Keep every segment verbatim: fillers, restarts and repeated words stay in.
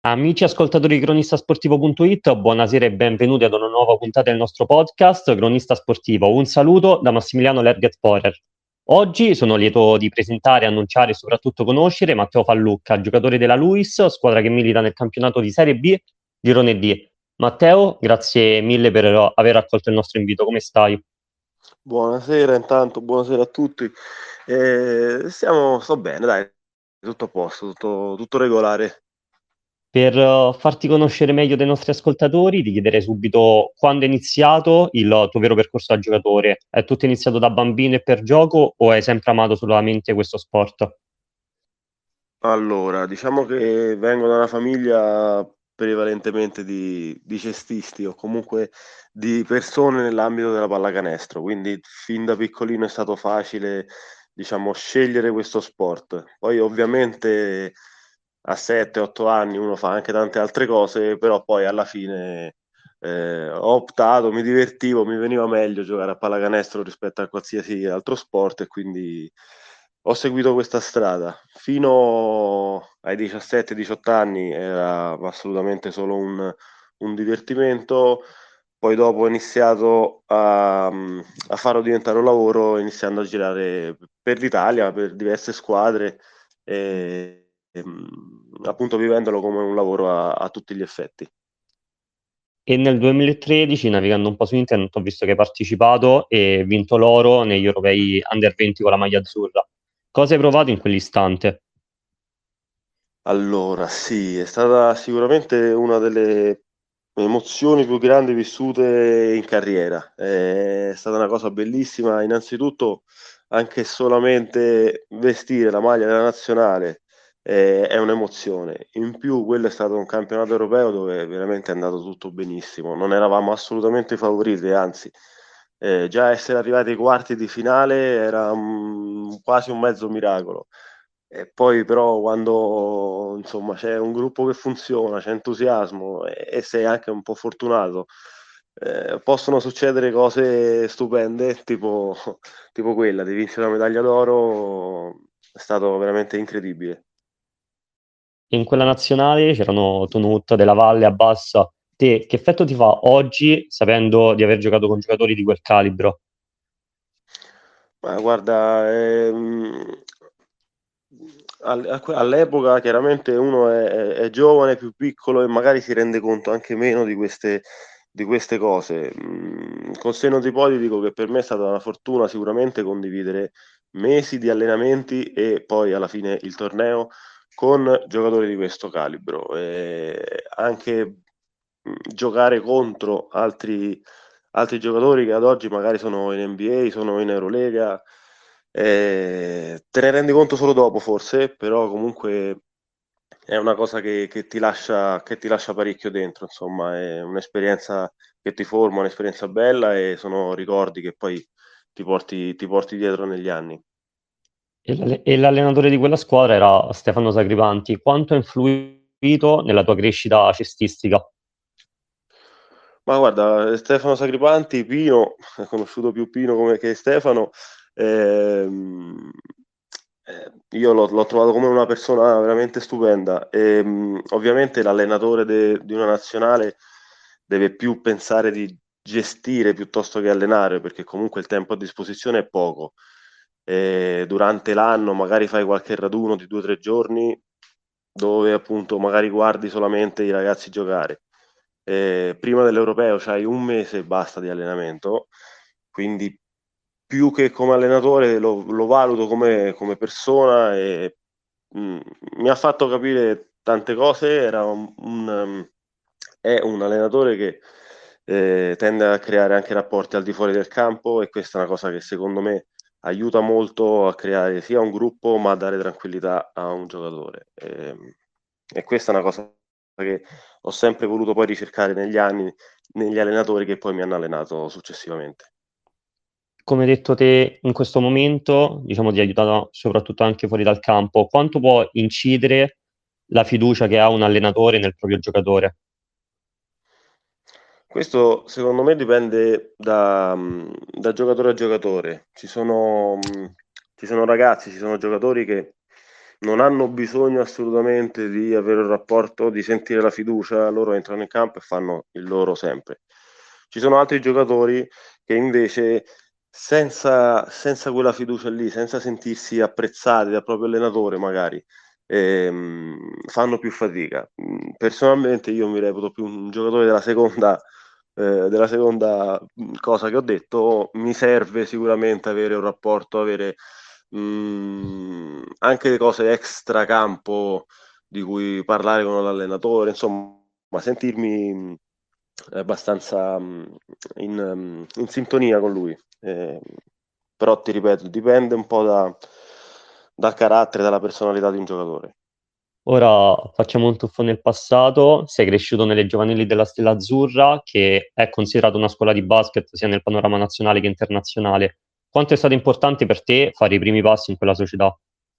Amici ascoltatori di cronistasportivo punto it, buonasera e benvenuti ad una nuova puntata del nostro podcast Cronista Sportivo. Un saluto da Massimiliano Lerget Porer. Oggi sono lieto di presentare, annunciare e soprattutto conoscere Matteo Fallucca, giocatore della Luis, squadra che milita nel campionato di Serie B, Girone D. Matteo, grazie mille per aver accolto il nostro invito. Come stai? Buonasera, intanto, buonasera a tutti. Eh, stiamo, sto bene, dai, tutto a posto, tutto, tutto regolare. Per eh, farti conoscere meglio dai nostri ascoltatori, ti chiederei subito quando è iniziato il tuo vero percorso da giocatore. È tutto iniziato da bambino e per gioco o hai sempre amato solamente questo sport? Allora, diciamo che vengo da una famiglia prevalentemente di, di cestisti o comunque di persone nell'ambito della pallacanestro, quindi fin da piccolino è stato facile, diciamo, scegliere questo sport. Poi ovviamente a sette otto anni uno fa anche tante altre cose, però poi alla fine eh, ho optato, mi divertivo, mi veniva meglio giocare a pallacanestro rispetto a qualsiasi altro sport e quindi ho seguito questa strada. Fino ai diciassette diciotto anni era assolutamente solo un, un divertimento, poi dopo ho iniziato a, a farlo diventare un lavoro, iniziando a girare per l'Italia, per diverse squadre, e, e, appunto vivendolo come un lavoro a, a tutti gli effetti. E nel duemilatredici, navigando un po' su internet, ho visto che hai partecipato e vinto l'oro negli europei Under venti con la maglia azzurra. Cosa hai provato in quell'istante? Allora, sì, è stata sicuramente una delle emozioni più grandi vissute in carriera. È stata una cosa bellissima, innanzitutto anche solamente vestire la maglia della nazionale eh, è un'emozione. In più, quello è stato un campionato europeo dove veramente è andato tutto benissimo. Non eravamo assolutamente favoriti, anzi, eh, già essere arrivati ai quarti di finale era mm, quasi un mezzo miracolo. E poi però quando insomma c'è un gruppo che funziona, c'è entusiasmo e, e sei anche un po' fortunato, eh, possono succedere cose stupende, tipo, tipo quella di vincere la medaglia d'oro, è stato veramente incredibile. In quella nazionale c'erano Tonut, Della Valle, Abbassa. Te, che effetto ti fa oggi sapendo di aver giocato con giocatori di quel calibro? Ma guarda, ehm, al- a que- all'epoca chiaramente uno è, è- è giovane, più piccolo e magari si rende conto anche meno di queste, di queste cose. Mm, col senno di poi ti dico che per me è stata una fortuna sicuramente condividere mesi di allenamenti e poi alla fine il torneo con giocatori di questo calibro. E anche mm, giocare contro altri altri giocatori che ad oggi magari sono in N B A, sono in Eurolega, eh, te ne rendi conto solo dopo forse, però comunque è una cosa che, che ti lascia, che ti lascia parecchio dentro, insomma, è un'esperienza che ti forma, un'esperienza bella e sono ricordi che poi ti porti, ti porti dietro negli anni. E l'all- e l'allenatore di quella squadra era Stefano Sacripanti. Quanto ha influito nella tua crescita cestistica? Ma guarda, Stefano Sacripanti, Pino, conosciuto più Pino come che Stefano, ehm, eh, io l'ho, l'ho trovato come una persona veramente stupenda. E, mh, ovviamente l'allenatore de- di una nazionale deve più pensare di gestire piuttosto che allenare, perché comunque il tempo a disposizione è poco. E durante l'anno magari fai qualche raduno di due o tre giorni dove appunto magari guardi solamente i ragazzi giocare. Eh, prima dell'Europeo c'hai un mese e basta di allenamento, quindi più che come allenatore lo, lo valuto come, come persona e mh, mi ha fatto capire tante cose. Era un, un, um, è un allenatore che eh, tende a creare anche rapporti al di fuori del campo e questa è una cosa che secondo me aiuta molto a creare sia un gruppo ma a dare tranquillità a un giocatore. E, e questa è una cosa che ho sempre voluto poi ricercare negli anni, negli allenatori che poi mi hanno allenato successivamente. Come hai detto te, in questo momento, diciamo, ti ha aiutato soprattutto anche fuori dal campo. Quanto può incidere la fiducia che ha un allenatore nel proprio giocatore? Questo secondo me dipende da, mh, da giocatore a giocatore. Ci sono, mh, ci sono ragazzi, ci sono giocatori che non hanno bisogno assolutamente di avere un rapporto, di sentire la fiducia, loro entrano in campo e fanno il loro sempre. Ci sono altri giocatori che invece senza, senza quella fiducia lì, senza sentirsi apprezzati dal proprio allenatore magari, ehm, fanno più fatica. Personalmente io mi reputo più un giocatore della seconda, eh, della seconda cosa che ho detto. Mi serve sicuramente avere un rapporto, avere mh, anche le cose extra campo di cui parlare con l'allenatore, insomma, sentirmi abbastanza mh, in, um, in sintonia con lui. Eh, però ti ripeto, dipende un po' da, dal carattere, dalla personalità di un giocatore. Ora facciamo un tuffo nel passato, sei cresciuto nelle giovanili della Stella Azzurra, che è considerata una scuola di basket sia nel panorama nazionale che internazionale. Quanto è stato importante per te fare i primi passi in quella società?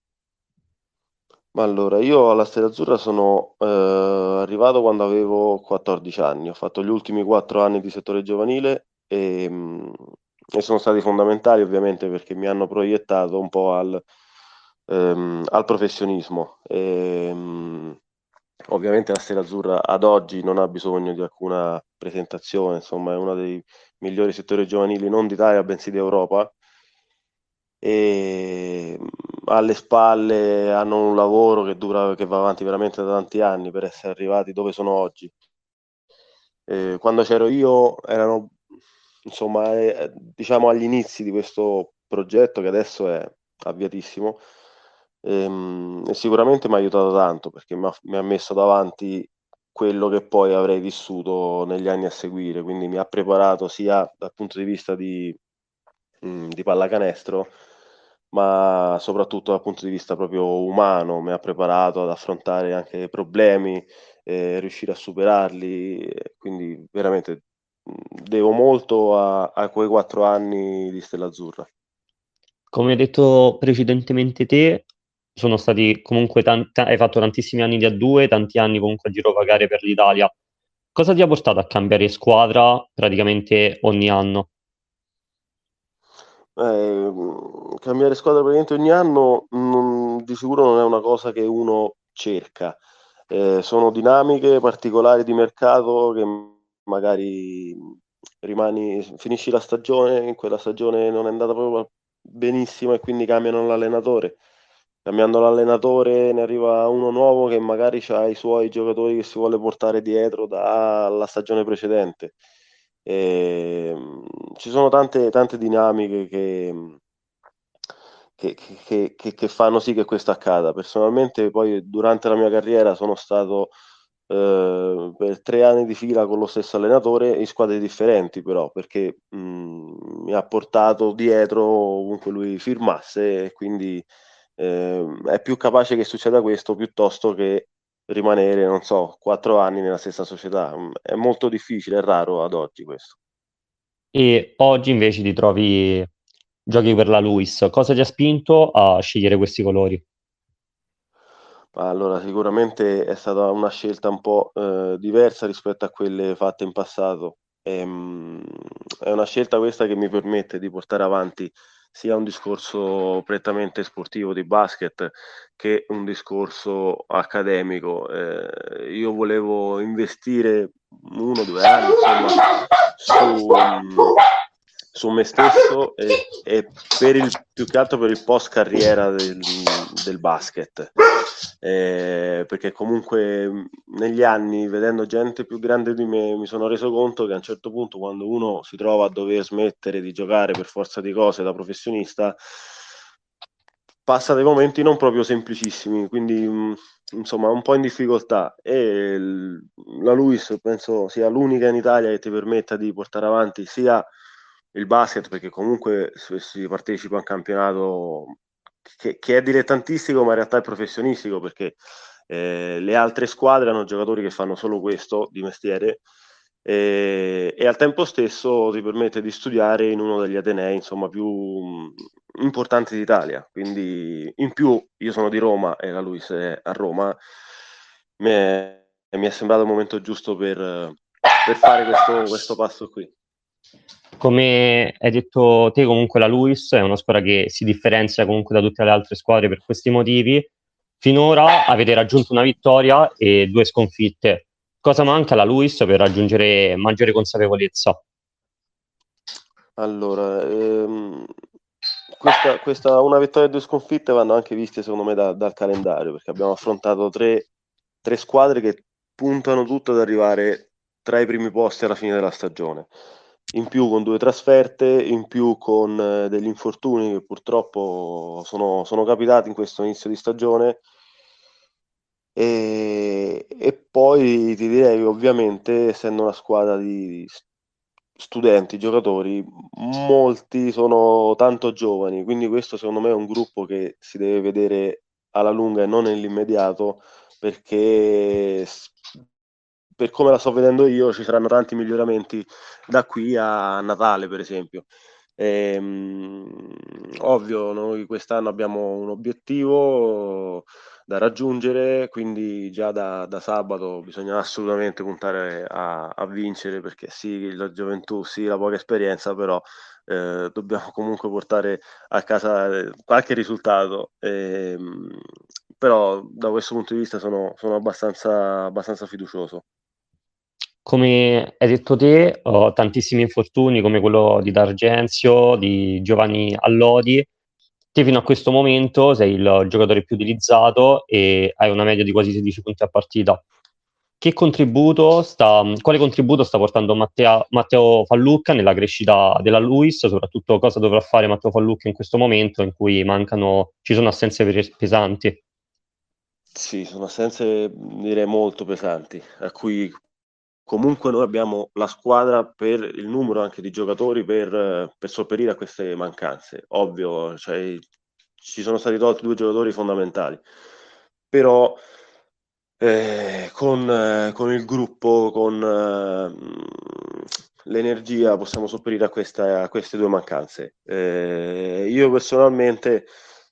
Ma allora, io alla Stella Azzurra sono eh, arrivato quando avevo quattordici anni, ho fatto gli ultimi quattro anni di settore giovanile e, mh, e sono stati fondamentali ovviamente perché mi hanno proiettato un po' al, ehm, al professionismo. E, mh, ovviamente la Stella Azzurra ad oggi non ha bisogno di alcuna presentazione, insomma è uno dei migliori settori giovanili non d'Italia bensì d'Europa e alle spalle hanno un lavoro che dura, che va avanti veramente da tanti anni per essere arrivati dove sono oggi. Eh, quando c'ero io erano, insomma, eh, diciamo agli inizi di questo progetto che adesso è avviatissimo. Ehm, e sicuramente mi ha aiutato tanto perché mi ha, mi ha messo davanti quello che poi avrei vissuto negli anni a seguire, quindi mi ha preparato sia dal punto di vista di, mh, di pallacanestro, ma soprattutto dal punto di vista proprio umano, mi ha preparato ad affrontare anche problemi, eh, riuscire a superarli, eh, quindi veramente mh, devo molto a, a quei quattro anni di Stella Azzurra. Come hai detto precedentemente te, sono stati comunque tanti, hai fatto tantissimi anni di A due, tanti anni comunque a girovagare per l'Italia. Cosa ti ha portato a cambiare squadra praticamente ogni anno? Eh, mh, cambiare squadra praticamente ogni anno non- di sicuro non è una cosa che uno cerca. Eh, sono dinamiche particolari di mercato che magari rimani, finisci la stagione, in quella stagione non è andata proprio benissimo e quindi cambiano l'allenatore. Cambiando l'allenatore ne arriva uno nuovo che magari ha i suoi giocatori che si vuole portare dietro dalla stagione precedente. E, mh, ci sono tante, tante dinamiche che, che, che- che- che fanno sì che questo accada. Personalmente, poi durante la mia carriera sono stato eh, per tre anni di fila con lo stesso allenatore in squadre differenti, però, perché mh, mi ha portato dietro ovunque lui firmasse e quindi eh, è più capace che succeda questo piuttosto che rimanere, non so, quattro anni nella stessa società. È molto difficile, è raro ad oggi questo. E oggi invece ti trovi, giochi per la Luis. Cosa ti ha spinto a scegliere questi colori? Allora, sicuramente è stata una scelta un po' eh, diversa rispetto a quelle fatte in passato. Ehm, è una scelta questa che mi permette di portare avanti sia un discorso prettamente sportivo di basket che un discorso accademico. Eh, io volevo investire uno o due anni, insomma, su, su me stesso e, e per il, più che altro per il post carriera del, del basket. Eh, perché comunque negli anni, vedendo gente più grande di me, mi sono reso conto che a un certo punto, quando uno si trova a dover smettere di giocare per forza di cose da professionista, passa dei momenti non proprio semplicissimi, quindi mh, insomma un po' in difficoltà e l- la Luis penso sia l'unica in Italia che ti permetta di portare avanti sia il basket, perché comunque si si partecipa a un campionato che, che è dilettantistico ma in realtà è professionistico, perché eh, le altre squadre hanno giocatori che fanno solo questo di mestiere e, e al tempo stesso ti permette di studiare in uno degli atenei insomma più mh, importanti d'Italia. Quindi in più io sono di Roma e la Luis è a Roma, mi è, mi è sembrato il momento giusto per, per fare questo, questo passo qui. Come hai detto te, comunque la Luis è una squadra che si differenzia comunque da tutte le altre squadre per questi motivi. Finora avete raggiunto una vittoria e due sconfitte. Cosa manca alla Luis per raggiungere maggiore consapevolezza? Allora, ehm, questa, questa una vittoria e due sconfitte vanno anche viste secondo me da- dal calendario, perché abbiamo affrontato tre, tre squadre che puntano tutte ad arrivare tra i primi posti alla fine della stagione. In più con due trasferte, in più con eh, degli infortuni che purtroppo sono, sono capitati in questo inizio di stagione. E, e poi ti direi che ovviamente, essendo una squadra di s- studenti, giocatori, molti sono tanto giovani, quindi questo secondo me è un gruppo che si deve vedere alla lunga e non nell'immediato, perché s- per come la sto vedendo io ci saranno tanti miglioramenti da qui a Natale, per esempio. Ehm, ovvio, noi quest'anno abbiamo un obiettivo da raggiungere, quindi già da, da sabato bisogna assolutamente puntare a, a vincere, perché sì, la gioventù, sì, la poca esperienza, però eh, dobbiamo comunque portare a casa eh, qualche risultato. Ehm, però da questo punto di vista sono, sono abbastanza, abbastanza fiducioso. Come hai detto te, ho tantissimi infortuni come quello di D'Argenzio, di Giovanni Allodi. Te fino a questo momento sei il giocatore più utilizzato e hai una media di quasi sedici punti a partita. Che contributo sta, quale contributo sta portando Mattea- Matteo Fallucca nella crescita della Luis, soprattutto cosa dovrà fare Matteo Fallucca in questo momento in cui mancano, ci sono assenze pes- pesanti? Sì, sono assenze direi molto pesanti, a cui comunque noi abbiamo la squadra per il numero anche di giocatori per, eh, per sopperire a queste mancanze. Ovvio, cioè, ci sono stati tolti due giocatori fondamentali, però eh, con, eh, con il gruppo, con eh, l'energia possiamo sopperire a, questa- a queste due mancanze. Eh, io personalmente,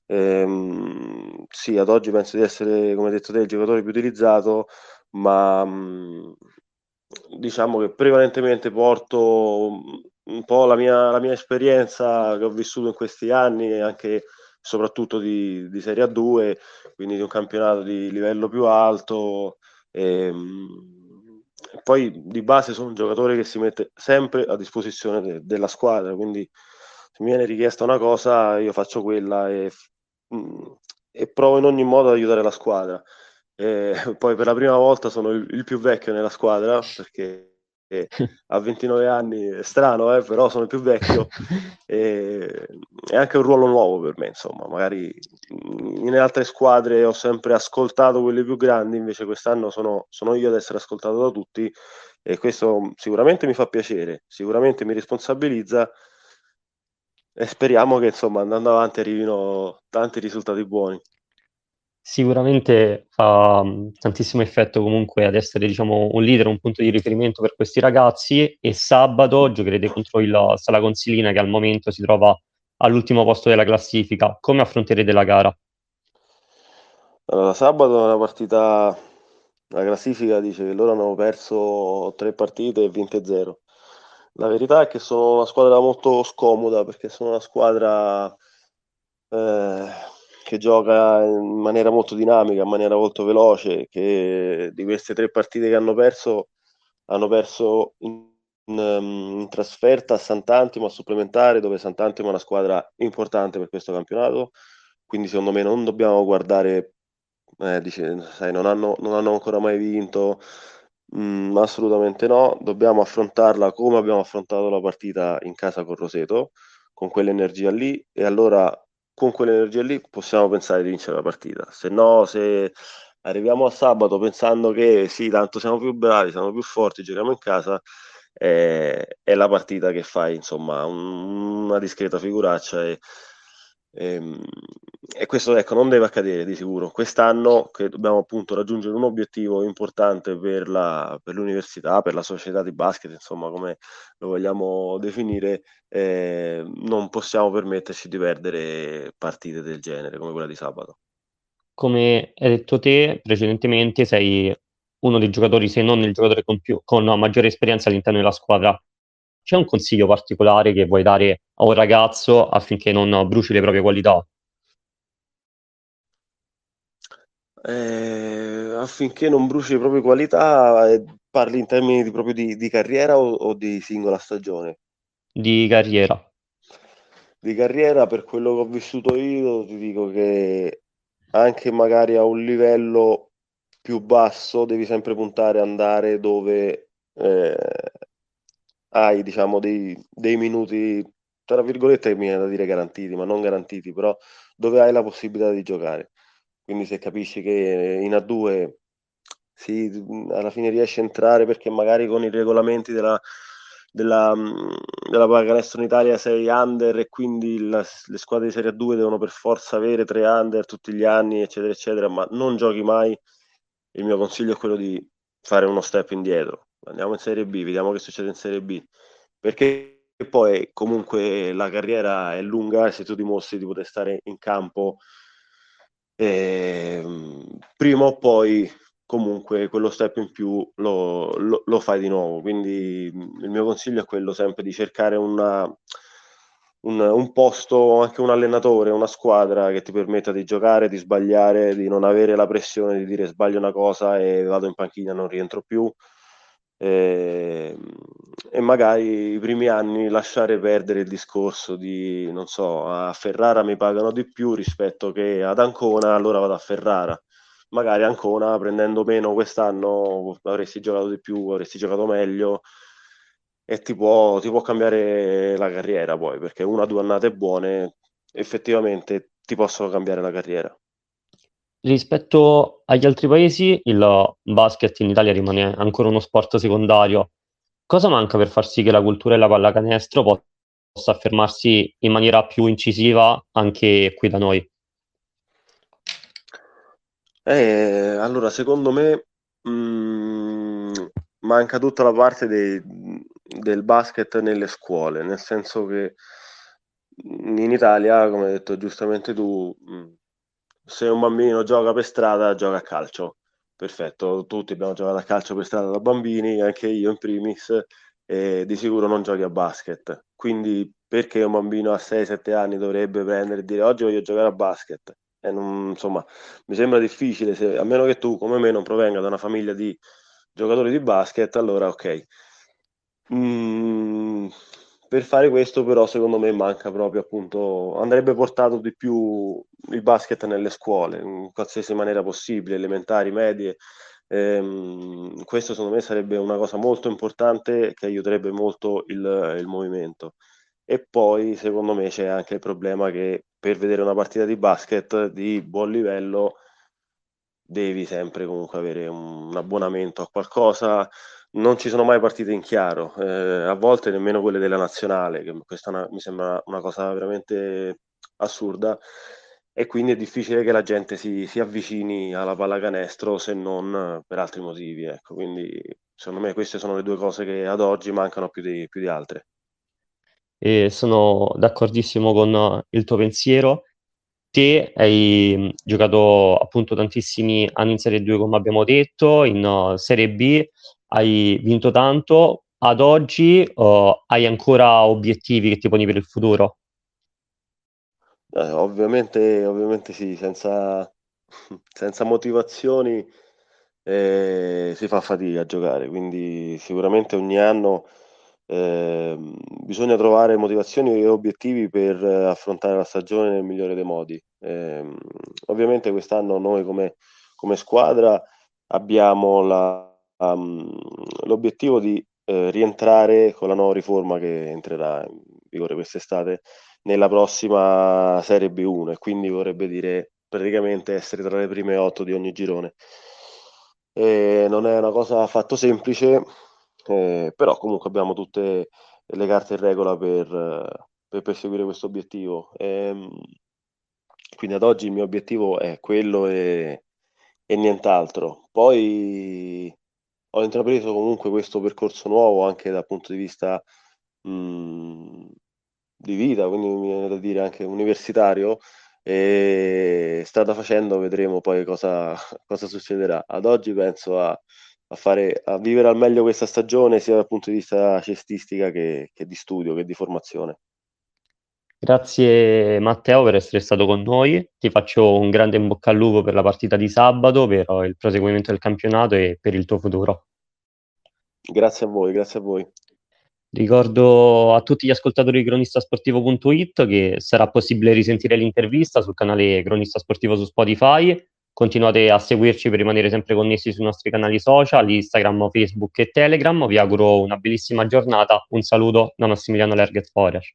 ehm, sì, ad oggi penso di essere, come hai detto te, il giocatore più utilizzato, ma mh, diciamo che prevalentemente porto mh, un po' la mia, la mia esperienza che ho vissuto in questi anni, e anche soprattutto di, di Serie A due, quindi di un campionato di livello più alto. E, mh, e poi di base sono un giocatore che si mette sempre a disposizione de- della squadra, quindi se mi viene richiesta una cosa io faccio quella e, mh, e provo in ogni modo ad aiutare la squadra. E poi per la prima volta sono il, il più vecchio nella squadra, perché eh, a ventinove anni è strano, eh, però sono il più vecchio e è anche un ruolo nuovo per me, insomma. Magari in altre squadre ho sempre ascoltato quelli più grandi, invece quest'anno sono, sono io ad essere ascoltato da tutti, e questo sicuramente mi fa piacere, sicuramente mi responsabilizza, e speriamo che insomma andando avanti arrivino tanti risultati buoni. Sicuramente fa mh, tantissimo effetto comunque ad essere, diciamo, un leader, un punto di riferimento per questi ragazzi e sabato giocherete contro il Sala Consilina che al momento si trova all'ultimo posto della classifica. Come affronterete la gara? Allora, sabato la partita, la classifica dice che loro hanno perso tre partite e vinte zero. La verità è che sono una squadra molto scomoda, perché sono una squadra eh, che gioca in maniera molto dinamica, in maniera molto veloce, che di queste tre partite che hanno perso, hanno perso in, in, um, in trasferta a Sant'Antimo, a supplementare, dove Sant'Antimo è una squadra importante per questo campionato, quindi secondo me non dobbiamo guardare, eh, dice, sai, non hanno, non hanno ancora mai vinto. Mm, assolutamente no, dobbiamo affrontarla come abbiamo affrontato la partita in casa con Roseto, con quell'energia lì, e allora con quell'energia lì possiamo pensare di vincere la partita. Se no, se arriviamo a sabato pensando che sì, tanto siamo più bravi, siamo più forti, giochiamo in casa, eh, è la partita che fai, insomma, un- una discreta figuraccia. E, ehm, e questo, ecco, non deve accadere di sicuro. Quest'anno che dobbiamo appunto raggiungere un obiettivo importante per la, per l'università, per la società di basket, insomma, come lo vogliamo definire, eh, non possiamo permetterci di perdere partite del genere come quella di sabato. Come hai detto te precedentemente, sei uno dei giocatori, se non il giocatore con, più, con maggiore esperienza all'interno della squadra. C'è un consiglio particolare che vuoi dare a un ragazzo affinché non bruci le proprie qualità? Eh, affinché non bruci le proprie qualità, eh, parli in termini di, proprio di, di carriera o, o di singola stagione? Di carriera. Di carriera, per quello che ho vissuto io, ti dico che anche magari a un livello più basso devi sempre puntare ad andare dove eh, hai, diciamo, dei, dei minuti, tra virgolette, mi viene da dire garantiti, ma non garantiti, però dove hai la possibilità di giocare. Quindi se capisci che in A due sì, alla fine riesci a entrare perché magari con i regolamenti della, della, della pallacanestro in Italia sei under e quindi la- le squadre di Serie A due devono per forza avere tre under tutti gli anni, eccetera, eccetera, ma non giochi mai. Il mio consiglio è quello di fare uno step indietro. Andiamo in Serie B, vediamo che succede in Serie B, perché poi comunque la carriera è lunga e se tu dimostri di poter stare in campo, ehm, prima o poi comunque quello step in più lo, lo- lo fai di nuovo. Quindi mh, il mio consiglio è quello sempre di cercare una, un, un posto, anche un allenatore, una squadra che ti permetta di giocare, di sbagliare, di non avere la pressione di dire sbaglio una cosa e vado in panchina, non rientro più. E, e magari i primi anni lasciare perdere il discorso di, non so, a Ferrara mi pagano di più rispetto che ad Ancona, allora vado a Ferrara. Magari Ancona prendendo meno quest'anno avresti giocato di più, avresti giocato meglio e ti può, ti può cambiare la carriera poi, perché una o due annate buone effettivamente ti possono cambiare la carriera. Rispetto agli altri paesi, il basket in Italia rimane ancora uno sport secondario. Cosa manca per far sì che la cultura della pallacanestro po- possa affermarsi in maniera più incisiva anche qui da noi? Eh, allora, secondo me mh, manca tutta la parte dei- del basket nelle scuole, nel senso che in Italia, come hai detto giustamente tu, mh, se un bambino gioca per strada, gioca a calcio. Perfetto, tutti abbiamo giocato a calcio per strada da bambini, anche io in primis, e di sicuro non giochi a basket. Quindi perché un bambino a sei sette anni dovrebbe prendere e dire oggi voglio giocare a basket? E non- insomma, mi sembra difficile, se- a meno che tu, come me, non provenga da una famiglia di giocatori di basket, allora ok. Mm, per fare questo, però, secondo me manca proprio appunto, andrebbe portato di più il basket nelle scuole, in qualsiasi maniera possibile, elementari, medie. Ehm, questo secondo me sarebbe una cosa molto importante che aiuterebbe molto il, il movimento. E poi, secondo me, c'è anche il problema che per vedere una partita di basket di buon livello devi sempre comunque avere un abbonamento a qualcosa. Non ci sono mai partite in chiaro, eh, a volte nemmeno quelle della nazionale, che questa è una- mi sembra una cosa veramente assurda. E quindi è difficile che la gente si, si avvicini alla pallacanestro se non per altri motivi. Ecco. Quindi secondo me queste sono le due cose che ad oggi mancano più di, più di altre. E sono d'accordissimo con il tuo pensiero. Te hai mh, giocato appunto tantissimi anni in Serie due, come abbiamo detto, in uh, Serie B, hai vinto tanto. Ad oggi uh, hai ancora obiettivi che ti poni per il futuro? Eh, ovviamente, ovviamente sì, senza, senza motivazioni eh, si fa fatica a giocare, quindi sicuramente ogni anno ehm, bisogna trovare motivazioni e obiettivi per eh, affrontare la stagione nel migliore dei modi. Ehm, ovviamente quest'anno noi come, come squadra abbiamo la- um, l'obiettivo di eh, rientrare con la nuova riforma che entrerà in vigore quest'estate nella prossima Serie B uno e quindi vorrebbe dire praticamente essere tra le prime otto di ogni girone. E non è una cosa affatto semplice, eh, però comunque abbiamo tutte le carte in regola per, eh, per perseguire questo obiettivo. Ehm, quindi ad oggi il mio obiettivo è quello e, e nient'altro. Poi ho intrapreso comunque questo percorso nuovo anche dal punto di vista mh, di vita, quindi mi viene da dire anche universitario, e strada facendo vedremo poi cosa, cosa succederà. Ad oggi penso a, a fare, a vivere al meglio questa stagione sia dal punto di vista cestistica che, che di studio, che di formazione. Grazie Matteo per essere stato con noi, ti faccio un grande in bocca al lupo per la partita di sabato, per il proseguimento del campionato e per il tuo futuro. Grazie a voi, grazie a voi. Ricordo a tutti gli ascoltatori di cronistasportivo punto it che sarà possibile risentire l'intervista sul canale Cronista Sportivo su Spotify. Continuate a seguirci per rimanere sempre connessi sui nostri canali social, Instagram, Facebook e Telegram. Vi auguro una bellissima giornata. Un saluto da Massimiliano Lerget Forer.